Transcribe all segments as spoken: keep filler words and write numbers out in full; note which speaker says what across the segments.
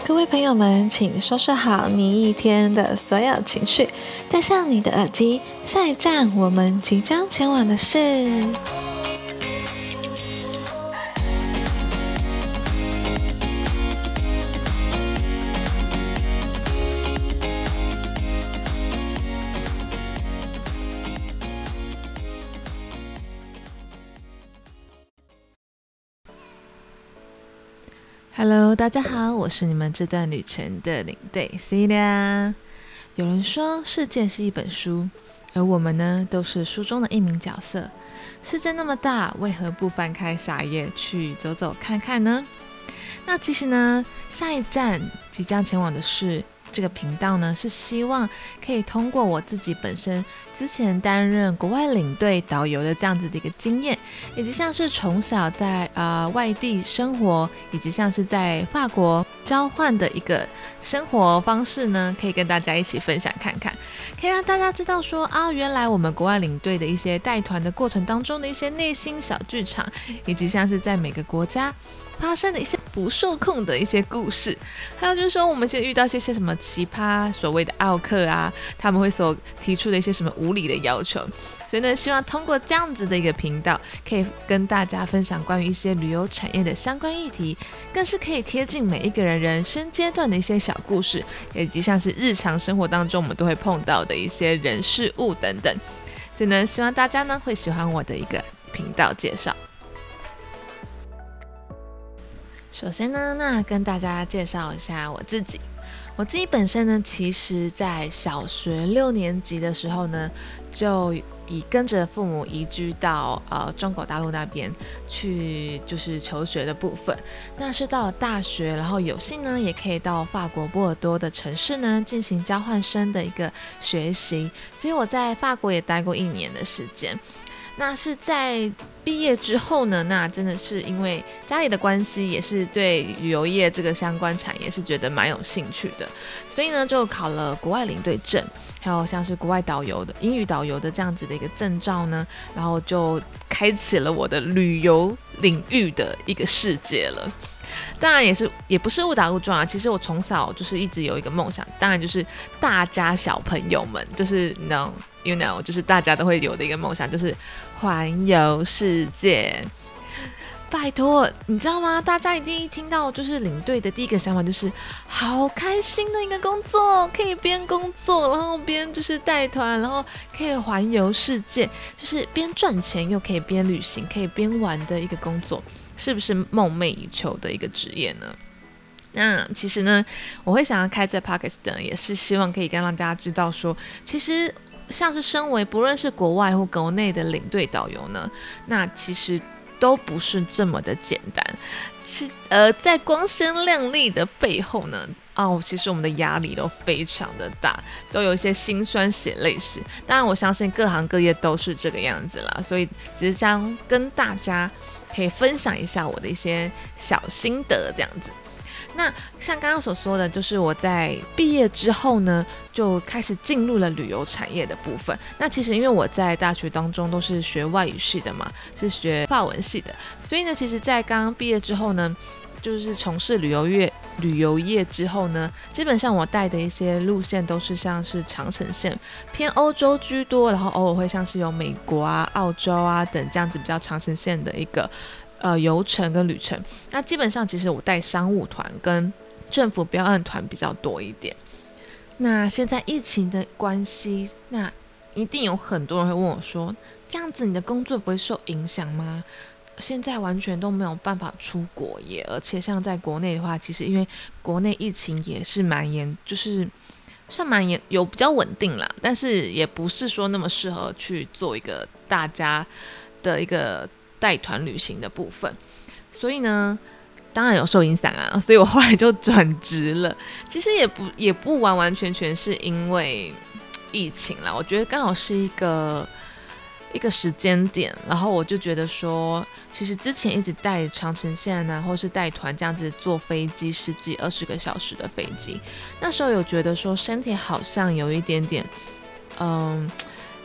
Speaker 1: 各位朋友们，请收拾好你一天的所有情绪，戴上你的耳机，下一站我们即将前往的是Hello， 大家好，我是你们这段旅程的领队 Celia。有人说世界是一本书，而我们呢，都是书中的一名角色。世界那么大，为何不翻开下一页去走走看看呢？那其实呢，下一站即将前往的是这个频道呢，是希望可以通过我自己本身之前担任国外领队导游的这样子的一个经验，以及像是从小在呃外地生活，以及像是在法国交换的一个生活方式呢，可以跟大家一起分享看看，可以让大家知道说啊，原来我们国外领队的一些带团的过程当中的一些内心小剧场，以及像是在每个国家发生的一些不受控的一些故事，还有就是说我们现在遇到一些什么奇葩所谓的奥客啊，他们会所提出的一些什么无理的要求，所以呢，希望通过这样子的一个频道，可以跟大家分享关于一些旅游产业的相关议题，更是可以贴近每一个人人生阶段的一些小故事，以及像是日常生活当中我们都会碰到的一些人事物等等。所以呢，希望大家呢会喜欢我的一个频道介绍。首先呢，那跟大家介绍一下我自己。我自己本身呢，其实在小学六年级的时候呢，就以跟着父母移居到呃中国大陆那边去，就是求学的部分。那是到了大学，然后有幸呢，也可以到法国波尔多的城市呢进行交换生的一个学习，所以我在法国也待过一年的时间。那是在毕业之后呢，那真的是因为家里的关系，也是对旅游业这个相关产业是觉得蛮有兴趣的，所以呢就考了国外领队证，还有像是国外导游的英语导游的这样子的一个证照呢，然后就开启了我的旅游领域的一个世界了。当然也是也不是误打误撞啊，其实我从小就是一直有一个梦想，当然就是大家小朋友们就是 no you know 就是大家都会有的一个梦想，就是环游世界。拜托，你知道吗？大家一定一听到就是领队的第一个想法就是好开心的一个工作，可以边工作然后边就是带团，然后可以环游世界，就是边赚钱又可以边旅行，可以边玩的一个工作，是不是梦寐以求的一个职业呢？那其实呢，我会想要开这 podcast 呢，也是希望可以跟让大家知道说，其实像是身为不论是国外或国内的领队导游呢，那其实都不是这么的简单，是呃，在光鲜亮丽的背后呢，哦，其实我们的压力都非常的大，都有一些辛酸血泪史。当然，我相信各行各业都是这个样子啦，所以只是想跟大家可以分享一下我的一些小心得，这样子。那像刚刚所说的，就是我在毕业之后呢，就开始进入了旅游产业的部分。那其实因为我在大学当中都是学外语系的嘛，是学法文系的，所以呢，其实在刚刚毕业之后呢，就是从事旅游业旅游业之后呢，基本上我带的一些路线都是像是长程线，偏欧洲居多，然后偶尔会像是有美国啊、澳洲啊等这样子比较长程线的一个呃游程跟旅程。那基本上其实我带商务团跟政府标案团比较多一点。那现在疫情的关系，那一定有很多人会问我说，这样子你的工作不会受影响吗？现在完全都没有办法出国耶，而且像在国内的话，其实因为国内疫情也是蛮严，就是算蛮严，有比较稳定啦，但是也不是说那么适合去做一个大家的一个带团旅行的部分，所以呢，当然有受影响啊，所以我后来就转职了。其实也不也不完完全全是因为疫情啦，我觉得刚好是一个一个时间点，然后我就觉得说，其实之前一直带长程线啊，或是带团这样子坐飞机十几二十个小时的飞机，那时候有觉得说身体好像有一点点，嗯，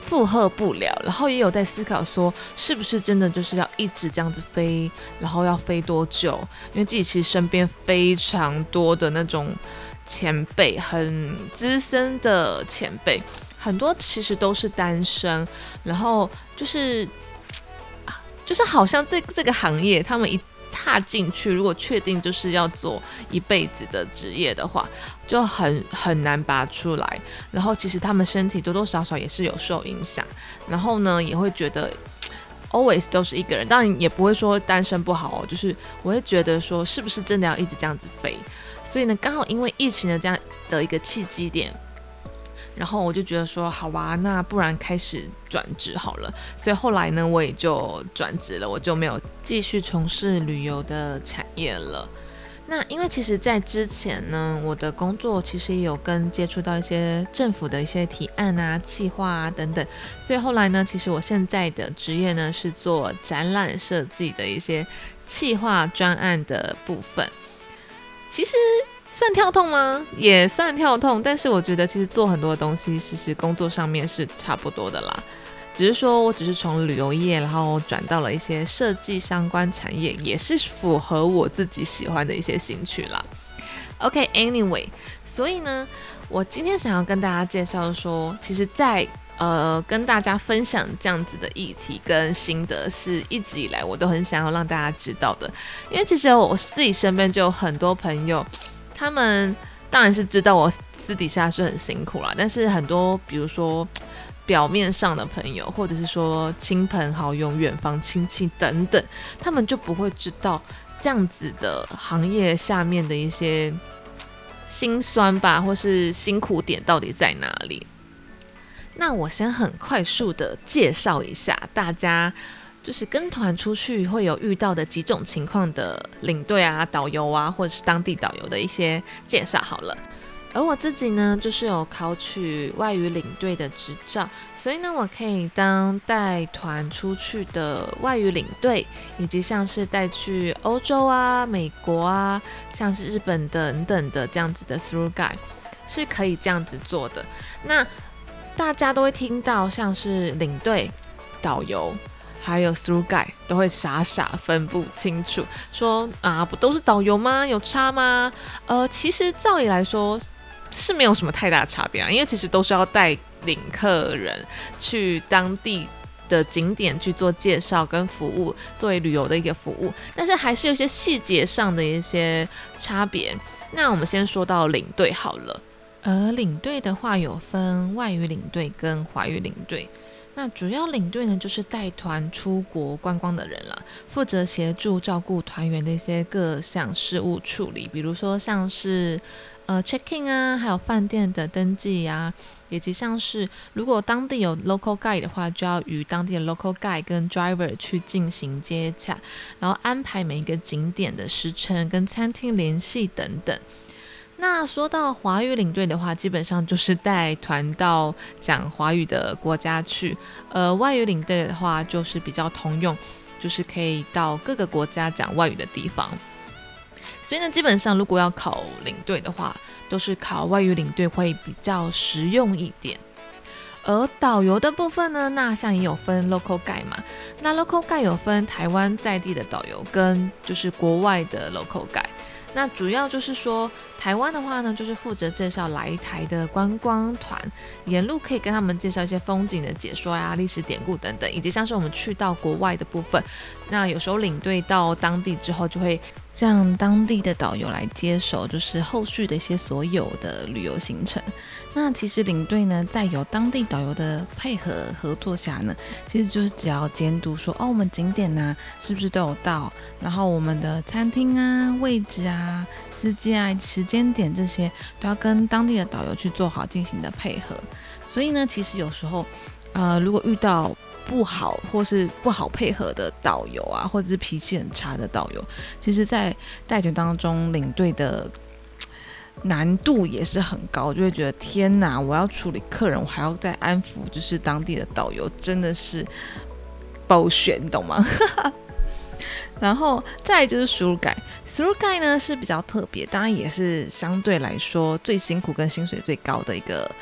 Speaker 1: 负荷不了，然后也有在思考说，是不是真的就是要一直这样子飞，然后要飞多久？因为自己其实身边非常多的那种前辈，很资深的前辈，很多其实都是单身，然后就是就是好像这这个行业，他们一踏进去，如果确定就是要做一辈子的职业的话，就很很难拔出来。然后其实他们身体多多少少也是有受影响，然后呢也会觉得 always 都是一个人，当然也不会说单身不好哦，就是我会觉得说是不是真的要一直这样子飞。所以呢，刚好因为疫情的这样的一个契机点，然后我就觉得说好吧，那不然开始转职好了。所以后来呢，我也就转职了，我就没有继续从事旅游的产业了。那因为其实在之前呢，我的工作其实也有跟接触到一些政府的一些提案啊、企划啊等等，所以后来呢，其实我现在的职业呢是做展览设计的一些企划专案的部分。其实算跳痛吗？也算跳痛，但是我觉得其实做很多的东西，其实工作上面是差不多的啦。只是说我只是从旅游业，然后转到了一些设计相关产业，也是符合我自己喜欢的一些兴趣啦。OK，anyway，、okay, 所以呢，我今天想要跟大家介绍说，其实在呃跟大家分享这样子的议题跟心得，是一直以来我都很想要让大家知道的。因为其实我自己身边就有很多朋友，他们当然是知道我私底下是很辛苦啦，但是很多比如说表面上的朋友，或者是说亲朋好友、远房亲戚等等，他们就不会知道这样子的行业下面的一些辛酸吧，或是辛苦点到底在哪里。那我先很快速的介绍一下大家就是跟团出去会有遇到的几种情况的领队啊、导游啊，或者是当地导游的一些介绍好了。而我自己呢，就是有考取外语领队的执照，所以呢，我可以当带团出去的外语领队，以及像是带去欧洲啊、美国啊，像是日本等等的这样子的 through guide 是可以这样子做的。那大家都会听到像是领队、导游还有 through guide 都会傻傻分不清楚，说啊，不都是导游吗？有差吗？呃，其实照理来说是没有什么太大的差别啊，因为其实都是要带领客人去当地的景点去做介绍跟服务，作为旅游的一个服务，但是还是有一些细节上的一些差别。那我们先说到领队好了。而领队的话有分外语领队跟华语领队，那主要领队呢就是带团出国观光的人啦，负责协助照顾团员的一些各项事务处理，比如说像是呃 check-in 啊，还有饭店的登记啊，以及像是如果当地有 local guide 的话，就要与当地的 local guide 跟 driver 去进行接洽，然后安排每一个景点的时程跟餐厅联系等等。那说到华语领队的话，基本上就是带团到讲华语的国家去，呃，外语领队的话就是比较通用，就是可以到各个国家讲外语的地方。所以呢，基本上如果要考领队的话，都是考外语领队会比较实用一点。而导游的部分呢，那像也有分 local guide 嘛，那 local guide 有分台湾在地的导游跟就是国外的 local guide。那主要就是说，台湾的话呢，就是负责介绍来台的观光团，沿路可以跟他们介绍一些风景的解说啊、历史典故等等，以及像是我们去到国外的部分，那有时候领队到当地之后，就会让当地的导游来接手，就是后续的一些所有的旅游行程。那其实领队呢，在有当地导游的配合合作下呢，其实就是只要监督说，哦，我们景点啊是不是都有到，然后我们的餐厅啊、位置啊、司机啊、时间点这些，都要跟当地的导游去做好进行的配合。所以呢，其实有时候，呃，如果遇到不好或是不好配合的导游啊，或者是脾气很差的导游，其实在带团当中，领队的难度也是很高，就会觉得天哪，我要处理客人，我还要再安抚就是当地的导游，真的是包选，你懂吗？然后再来就是输入盖，输入盖呢是比较特别，当然也是相对来说最辛苦跟薪水最高的一个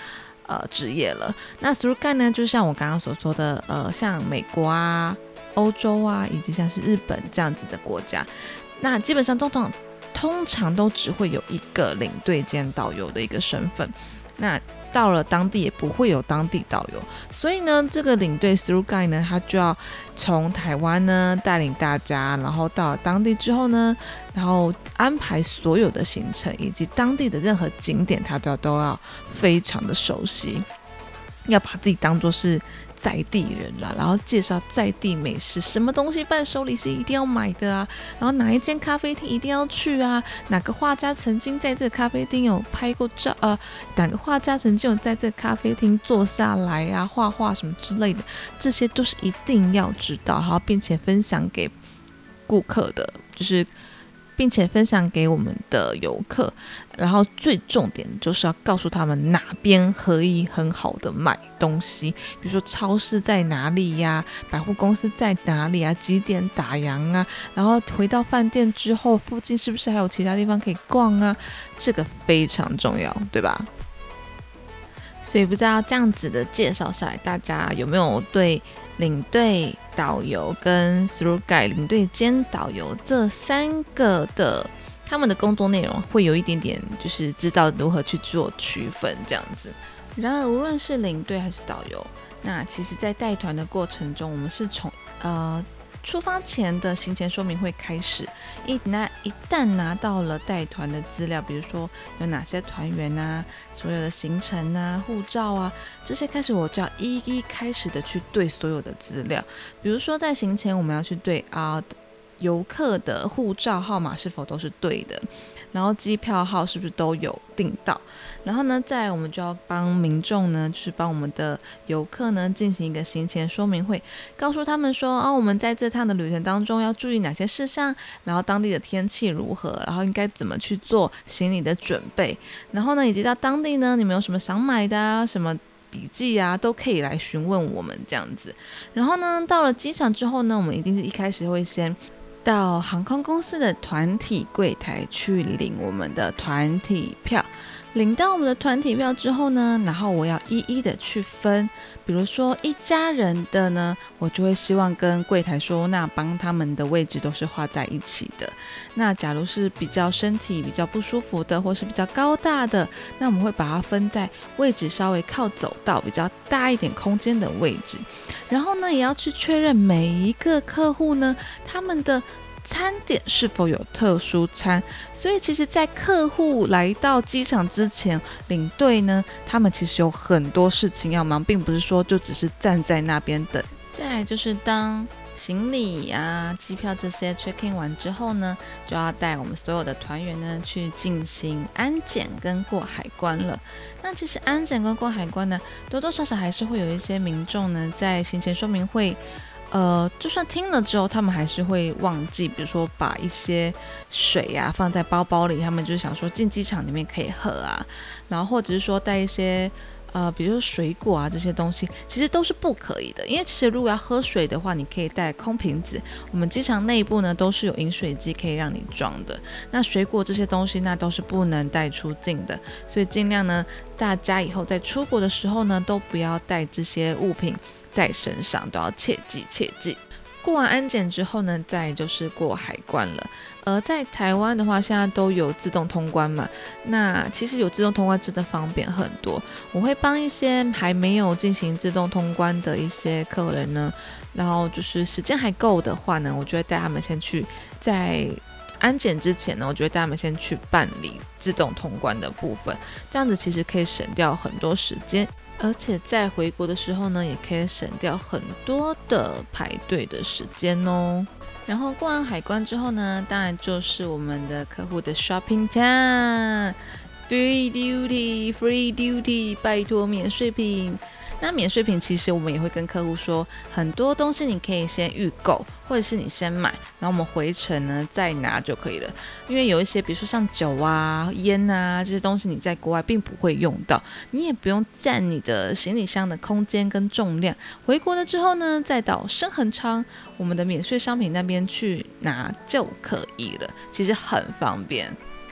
Speaker 1: 呃职业了。那 through guide 呢，就像我刚刚所说的，呃，像美国啊、欧洲啊，以及像是日本这样子的国家，那基本上通常通常都只会有一个领队兼导游的一个身份。那到了当地也不会有当地导游，所以呢，这个领队 through guide 呢，他就要从台湾呢带领大家，然后到了当地之后呢，然后安排所有的行程以及当地的任何景点，他都要都要非常的熟悉，要把自己当作是在地人啦，然后介绍在地美食，什么东西伴手礼是一定要买的啊，然后哪一间咖啡厅一定要去啊，哪个画家曾经在这个咖啡厅有拍过照，呃，哪个画家曾经有在这个咖啡厅坐下来啊，画画什么之类的，这些都是一定要知道，然后并且分享给顾客的，就是并且分享给我们的游客，然后最重点就是要告诉他们哪边可以很好的买东西，比如说超市在哪里呀、百货公司在哪里啊，几点打烊啊，然后回到饭店之后附近是不是还有其他地方可以逛啊，这个非常重要，对吧？所以不知道这样子的介绍下来，大家有没有对领队、导游跟 through guide 领队兼导游这三个的他们的工作内容会有一点点就是知道如何去做区分这样子。然而无论是领队还是导游，那其实在带团的过程中，我们是从呃出发前的行前说明会开始，一拿一旦拿到了带团的资料，比如说有哪些团员啊，所有的行程啊、护照啊，这些开始我就要一一开始的去对所有的资料。比如说在行前我们要去对啊、呃、游客的护照号码是否都是对的，然后机票号是不是都有订到，然后呢，再来我们就要帮民众呢，就是帮我们的游客呢进行一个行前说明会，告诉他们说啊，我们在这趟的旅程当中要注意哪些事项，然后当地的天气如何，然后应该怎么去做行李的准备，然后呢，以及到当地呢，你们有什么想买的啊，什么笔记啊，都可以来询问我们这样子。然后呢，到了机场之后呢，我们一定是一开始会先到航空公司的团体柜台去领我们的团体票，领到我们的团体票之后呢，然后我要一一的去分，比如说一家人的呢，我就会希望跟柜台说，那帮他们的位置都是画在一起的。那假如是比较身体比较不舒服的，或是比较高大的，那我们会把它分在位置稍微靠走道比较大一点空间的位置。然后呢，也要去确认每一个客户呢，他们的餐点是否有特殊餐。所以其实在客户来到机场之前，领队呢他们其实有很多事情要忙，并不是说就只是站在那边等。再来就是当行李啊、机票这些 check in 完之后呢，就要带我们所有的团员呢去进行安检跟过海关了。那其实安检跟过海关呢，多多少少还是会有一些民众呢在行前说明会呃，就算听了之后，他们还是会忘记，比如说把一些水啊放在包包里，他们就想说进机场里面可以喝啊，然后或者是说带一些呃，比如说水果啊这些东西，其实都是不可以的。因为其实如果要喝水的话，你可以带空瓶子，我们机场内部呢都是有饮水机可以让你装的。那水果这些东西那都是不能带出境的，所以尽量呢，大家以后在出国的时候呢，都不要带这些物品在身上，都要切记切记。过完安检之后呢，再就是过海关了。而在台湾的话，现在都有自动通关嘛，那其实有自动通关真的方便很多。我会帮一些还没有进行自动通关的一些客人呢，然后就是时间还够的话呢，我就会带他们先去，在安检之前呢，我就会带他们先去办理自动通关的部分，这样子其实可以省掉很多时间。而且在回国的时候呢，也可以省掉很多的排队的时间哦。然后过完海关之后呢，当然就是我们的客户的 shopping time， free duty free duty， 拜托免税品。那免税品其实我们也会跟客户说，很多东西你可以先预购，或者是你先买，然后我们回程呢再拿就可以了。因为有一些比如说像酒啊、烟啊这些东西，你在国外并不会用到，你也不用占你的行李箱的空间跟重量。回国了之后呢，再到深恒昌我们的免税商品那边去拿就可以了，其实很方便。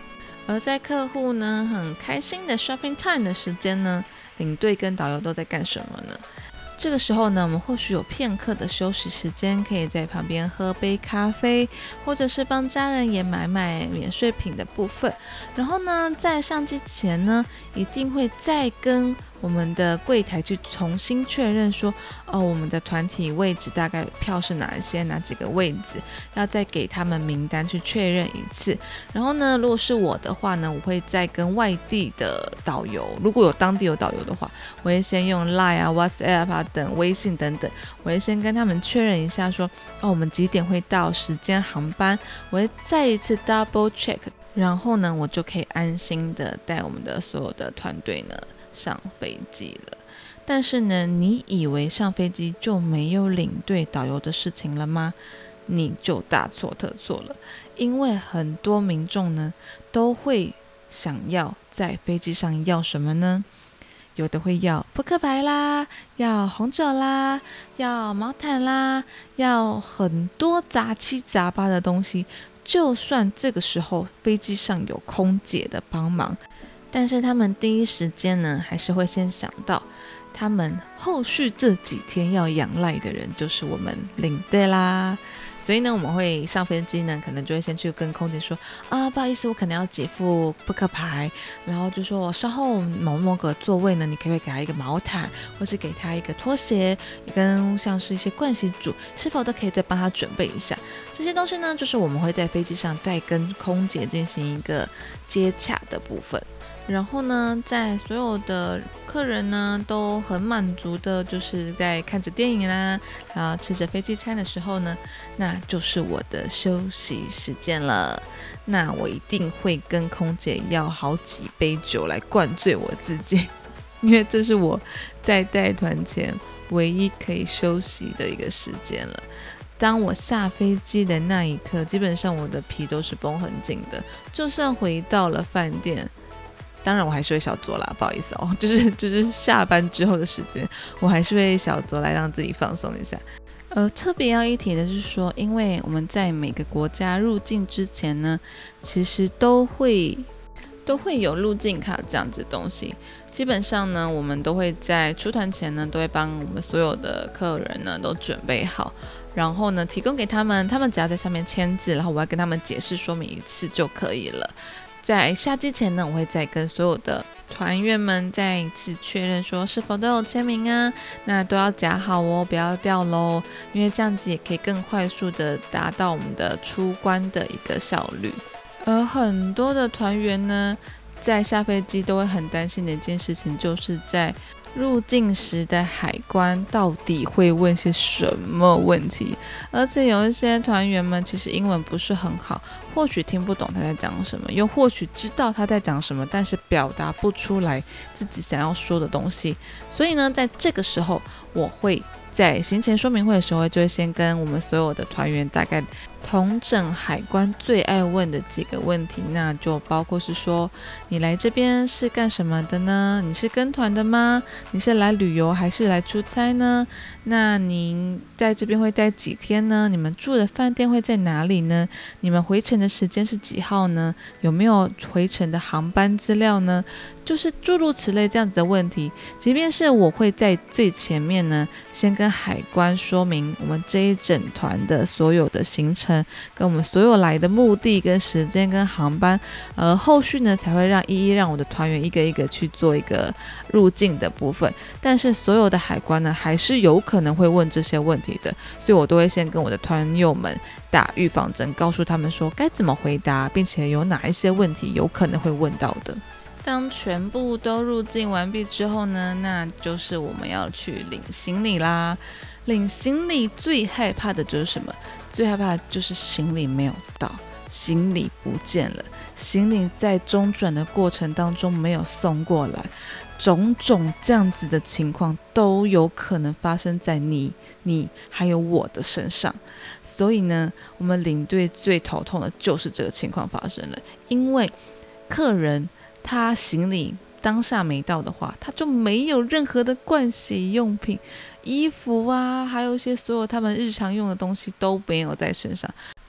Speaker 1: 而在客户呢很开心的 shopping time 的时间呢，领队跟导游都在干什么呢？这个时候呢，我们或许有片刻的休息时间，可以在旁边喝杯咖啡，或者是帮家人也买买免税品的部分。然后呢，在上机前呢，一定会再跟我们的柜台去重新确认说，哦，我们的团体位置大概票是哪一些，哪几个位置，要再给他们名单去确认一次。然后呢，如果是我的话呢，我会再跟外地的导游，如果有当地有导游的话，我会先用 Line 啊、WhatsApp 啊等微信等等，我会先跟他们确认一下说，哦，我们几点会到，时间、航班，我会再一次 double check， 然后呢，我就可以安心的带我们的所有的团队呢上飞机了。但是呢，你以为上飞机就没有领队导游的事情了吗？你就大错特错了。因为很多民众呢都会想要在飞机上要什么呢？有的会要扑克牌啦，要红酒啦，要毛毯啦，要很多杂七杂八的东西。就算这个时候飞机上有空姐的帮忙，但是他们第一时间呢，还是会先想到他们后续这几天要仰赖的人，就是我们领队啦。所以呢，我们会上飞机呢，可能就会先去跟空姐说啊，不好意思，我可能要解付扑克牌，然后就说我稍后某某个座位呢，你可不可以给他一个毛毯，或是给他一个拖鞋，跟像是一些盥洗组，是否都可以再帮他准备一下？这些东西呢，就是我们会在飞机上再跟空姐进行一个接洽的部分。然后呢，在所有的客人呢都很满足的，就是在看着电影啦，然后吃着飞机餐的时候呢，那就是我的休息时间了。那我一定会跟空姐要好几杯酒来灌醉我自己，因为这是我在带团前唯一可以休息的一个时间了。当我下飞机的那一刻，基本上我的皮都是绷很紧的，就算回到了饭店，当然我还是会小酌啦，不好意思哦，就是就是下班之后的时间，我还是会小酌来让自己放松一下。呃，特别要一提的是说，因为我们在每个国家入境之前呢，其实都会都会有入境卡这样子的东西。基本上呢，我们都会在出团前呢，都会帮我们所有的客人呢都准备好，然后呢提供给他们，他们只要在上面签字，然后我要跟他们解释说明一次就可以了。在下机前呢，我会再跟所有的团员们再一次确认说是否都有签名啊，那都要夹好哦，不要掉咯，因为这样子也可以更快速的达到我们的出关的一个效率。而很多的团员呢，在下飞机都会很担心的一件事情，就是在入境时的海关到底会问些什么问题，而且有一些团员们其实英文不是很好，或许听不懂他在讲什么，又或许知道他在讲什么，但是表达不出来自己想要说的东西。所以呢，在这个时候，我会在行前说明会的时候，就会先跟我们所有的团员大概统整海关最爱问的几个问题，那就包括是说，你来这边是干什么的呢？你是跟团的吗？你是来旅游还是来出差呢？那您在这边会待几天呢？你们住的饭店会在哪里呢？你们回程的时间是几号呢？有没有回程的航班资料呢？就是诸如此类这样子的问题，即便是我会在最前面呢，先跟海关说明我们这一整团的所有的行程，跟我们所有来的目的跟时间跟航班，而后续呢才会让一一让我的团员一个一个去做一个入境的部分。但是所有的海关呢，还是有可能会问这些问题的，所以我都会先跟我的团友们打预防针，告诉他们说该怎么回答，并且有哪一些问题有可能会问到的。当全部都入境完毕之后呢，那就是我们要去领行李啦。领行李最害怕的就是什么？最害怕的就是行李没有到，行李不见了，行李在中转的过程当中没有送过来，种种这样子的情况都有可能发生在你、你还有我的身上。所以呢，我们领队最头痛的就是这个情况发生了，因为客人他行李当下没到的话，他就没有任何的盥洗用品，衣服啊，还有一些所有他们日常用的东西都没有在身上。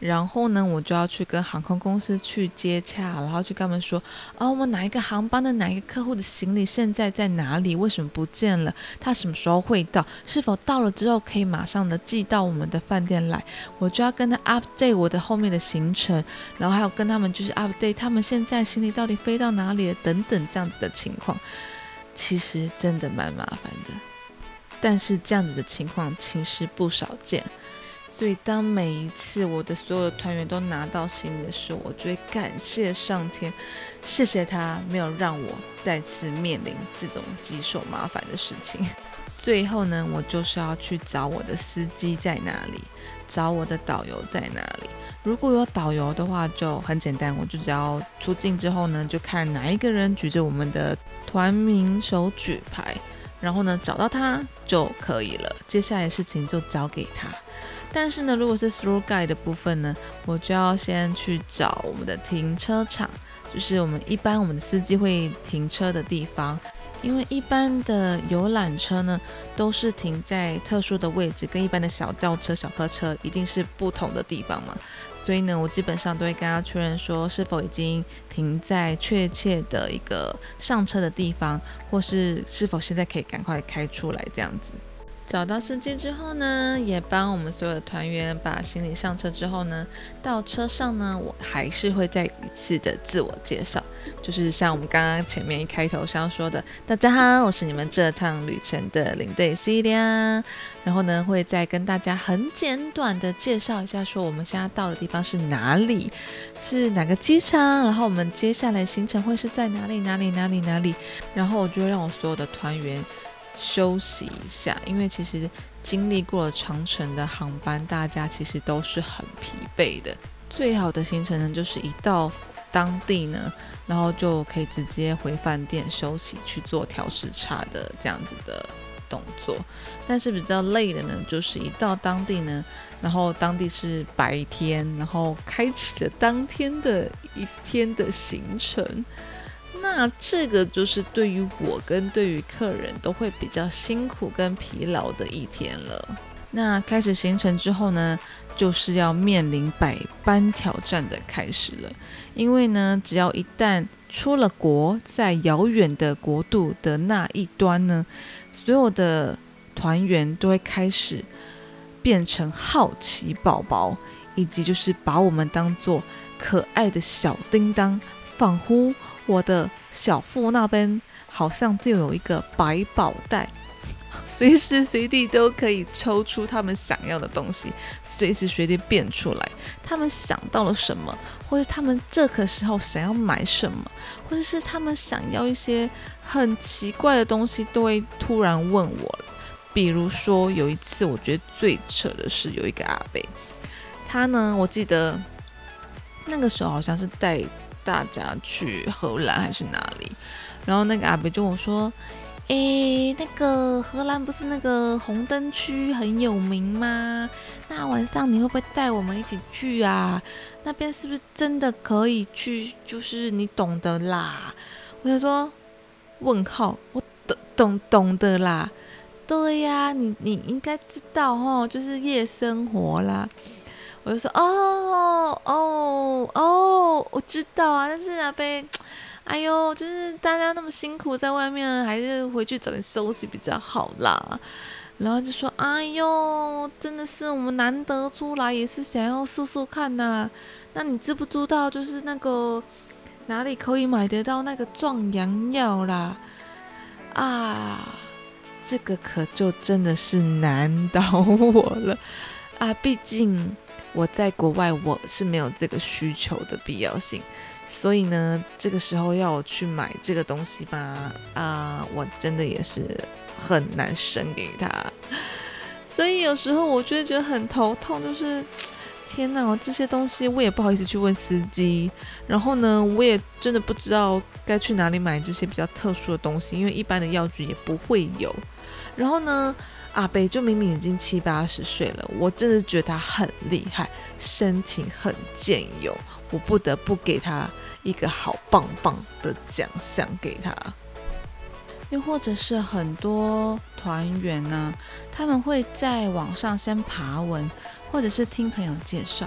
Speaker 1: 然后呢，我就要去跟航空公司去接洽，然后去跟他们说，哦，我们哪一个航班的哪一个客户的行李现在在哪里？为什么不见了？他什么时候会到？是否到了之后可以马上的寄到我们的饭店来？我就要跟他 update 我的后面的行程，然后还有跟他们就是 update 他们现在行李到底飞到哪里了等等这样子的情况，其实真的蛮麻烦的。但是这样子的情况其实不少见。所以当每一次我的所有的团员都拿到行李的时候，我就会感谢上天，谢谢他没有让我再次面临这种棘手麻烦的事情。最后呢，我就是要去找我的司机在哪里，找我的导游在哪里。如果有导游的话就很简单，我就只要出境之后呢，就看哪一个人举着我们的团名手举牌，然后呢找到他就可以了，接下来的事情就交给他。但是呢，如果是 through guide 的部分呢，我就要先去找我们的停车场，就是我们一般我们的司机会停车的地方。因为一般的游览车呢，都是停在特殊的位置，跟一般的小轿车、小客车一定是不同的地方嘛。所以呢，我基本上都会跟他确认说，是否已经停在确切的一个上车的地方，或是是否现在可以赶快开出来这样子。找到司机之后呢，也帮我们所有的团员把行李上车之后呢，到车上呢，我还是会再一次的自我介绍，就是像我们刚刚前面一开头上说的，大家好，我是你们这趟旅程的领队 Celia， 然后呢，会再跟大家很简短的介绍一下，说我们现在到的地方是哪里，是哪个机场，然后我们接下来行程会是在哪里哪里哪里哪里，然后我就会让我所有的团员休息一下，因为其实经历过了长程的航班，大家其实都是很疲惫的。最好的行程呢，就是一到当地呢，然后就可以直接回饭店休息，去做调时差的这样子的动作。但是比较累的呢，就是一到当地呢，然后当地是白天，然后开启了当天的一天的行程。那这个就是对于我跟对于客人都会比较辛苦跟疲劳的一天了。那开始行程之后呢，就是要面临百般挑战的开始了。因为呢，只要一旦出了国，在遥远的国度的那一端呢，所有的团员都会开始变成好奇宝宝，以及就是把我们当作可爱的小叮当，仿佛我的小腹那边好像就有一个百宝袋，随时随地都可以抽出他们想要的东西，随时随地变出来。他们想到了什么，或者他们这个时候想要买什么，或者是他们想要一些很奇怪的东西，都会突然问我。比如说有一次我觉得最扯的是，有一个阿伯，他呢，我记得那个时候好像是带大家去荷兰还是哪里，然后那个阿伯就跟我说，诶，那个荷兰不是那个红灯区很有名吗？那晚上你会不会带我们一起去啊？那边是不是真的可以去？就是你懂的啦。我就说问号，我懂懂懂的啦。对呀，你你应该知道齁，就是夜生活啦。我就说哦哦哦，我知道啊，但是阿伯，哎呦，就是大家那么辛苦在外面，还是回去早点休息比较好啦。然后就说，哎呦，真的是我们难得出来，也是想要试试看呐、啊。那你知不知道，就是那个哪里可以买得到那个壮阳药啦？啊，这个可就真的是难倒我了啊！毕竟我在国外我是没有这个需求的必要性，所以呢，这个时候要我去买这个东西吧，啊，我真的也是很难生给他，所以有时候我就会觉得很头痛，就是天哪，我这些东西我也不好意思去问司机，然后呢，我也真的不知道该去哪里买这些比较特殊的东西，因为一般的药局也不会有。然后呢，阿北就明明已经七八十岁了，我真的觉得他很厉害，身体很健勇，我不得不给他一个好棒棒的奖项给他。又或者是很多团员呢，他们会在网上先爬文，或者是听朋友介绍，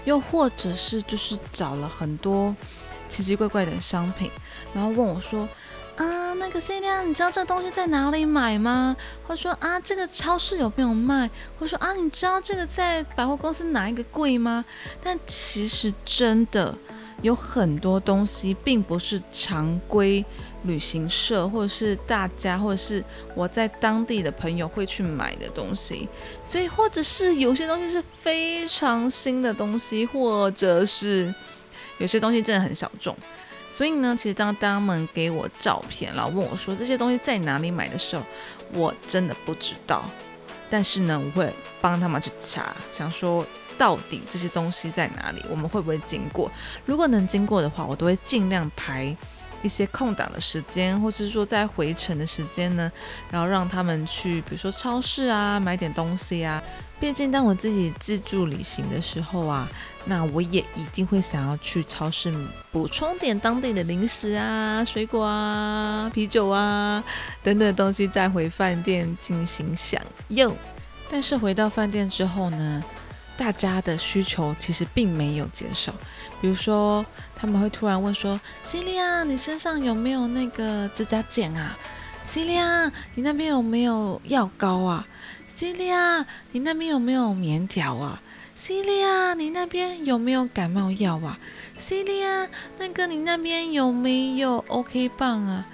Speaker 2: 又或者是就是找了很多奇奇怪怪的商品，然后问我说啊，那个 Celia， 你知道这个东西在哪里买吗？或者说啊，这个超市有没有卖？或者说啊，你知道这个在百货公司哪一个柜吗？但其实真的有很多东西并不是常规旅行社或者是大家或者是我在当地的朋友会去买的东西，所以或者是有些东西是非常新的东西，或者是有些东西真的很小众。所以呢，其实当他们给我照片，然后问我说这些东西在哪里买的时候，我真的不知道。但是呢，我会帮他们去查，想说到底这些东西在哪里，我们会不会经过？如果能经过的话，我都会尽量排一些空档的时间，或是说在回程的时间呢，然后让他们去，比如说超市啊，买点东西啊。毕竟当我自己自助旅行的时候啊，那我也一定会想要去超市补充点当地的零食啊、水果啊、啤酒啊等等东西带回饭店进行享用。但是回到饭店之后呢，大家的需求其实并没有减少。比如说他们会突然问说 Celia， 你身上有没有那个指甲剪啊？ Celia， 你那边有没有药膏啊？Celia， 你那边有没有棉条啊？ Celia， 你那边有没有感冒药啊？ Celia， 那个你那边有没有 OK 棒啊？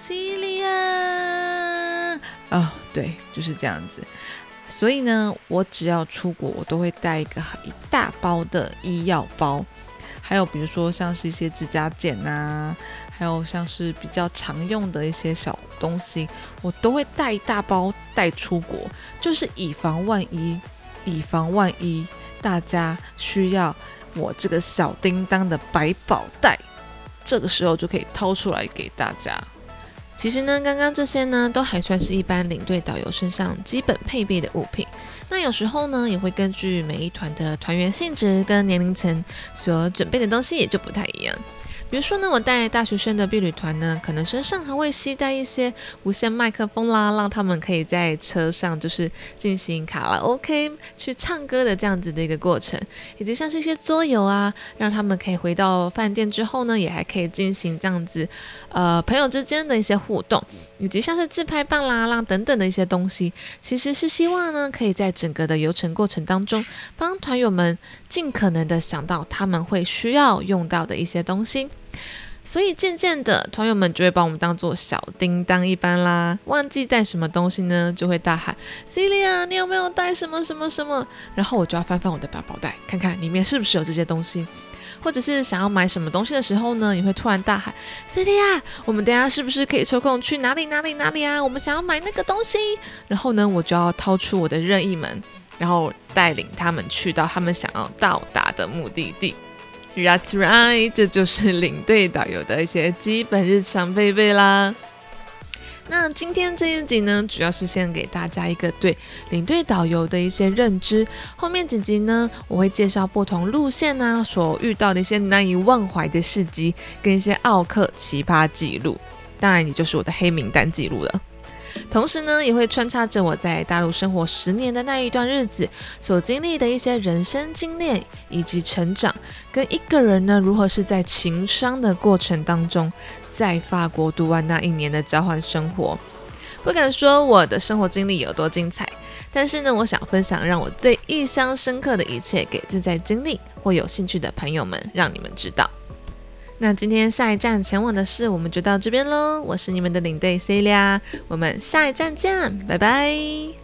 Speaker 2: Celia， 哦，对，就是这样子。所以呢，我只要出国，我都会带一个一大包的医药包，还有比如说像是一些指甲剪啊，还有像是比较常用的一些小东西，我都会带一大包带出国，就是以防万一，以防万一大家需要我这个小叮当的百宝袋，这个时候就可以掏出来给大家。
Speaker 1: 其实呢，刚刚这些呢，都还算是一般领队导游身上基本配备的物品。那有时候呢，也会根据每一团的团员性质跟年龄层所准备的东西也就不太一样。比如说呢，我带大学生的毕旅团呢，可能身上还会携带一些无线麦克风啦，让他们可以在车上就是进行卡拉 OK 去唱歌的这样子的一个过程，以及像是一些桌游啊，让他们可以回到饭店之后呢，也还可以进行这样子呃朋友之间的一些互动，以及像是自拍棒啦、让等等的一些东西，其实是希望呢，可以在整个的游程过程当中，帮团友们尽可能的想到他们会需要用到的一些东西。所以渐渐的，团友们就会把我们当作小叮当一般啦。忘记带什么东西呢，就会大喊 Celia， 你有没有带什么什么什么？然后我就要翻翻我的百宝袋，看看里面是不是有这些东西。或者是想要买什么东西的时候呢，也会突然大喊 Celia， 我们等一下是不是可以抽空去哪里哪里哪里啊？我们想要买那个东西。然后呢，我就要掏出我的任意门，然后带领他们去到他们想要到达的目的地。That's right， 这就是领队导游的一些基本日常配备啦。那今天这一集呢，主要是先给大家一个对领队导游的一些认知。后面几集呢，我会介绍不同路线啊所遇到的一些难以忘怀的事迹，跟一些奥客奇葩记录。当然，也就是我的黑名单记录了。同时呢，也会穿插着我在大陆生活十年的那一段日子所经历的一些人生经验以及成长，跟一个人呢如何是在情商的过程当中，在法国读完那一年的交换生活。不敢说我的生活经历有多精彩，但是呢，我想分享让我最印象深刻的一切给正在经历或有兴趣的朋友们，让你们知道。那今天下一站前往的事，我们就到这边咯。我是你们的领队 Celia， 我们下一站见，拜拜。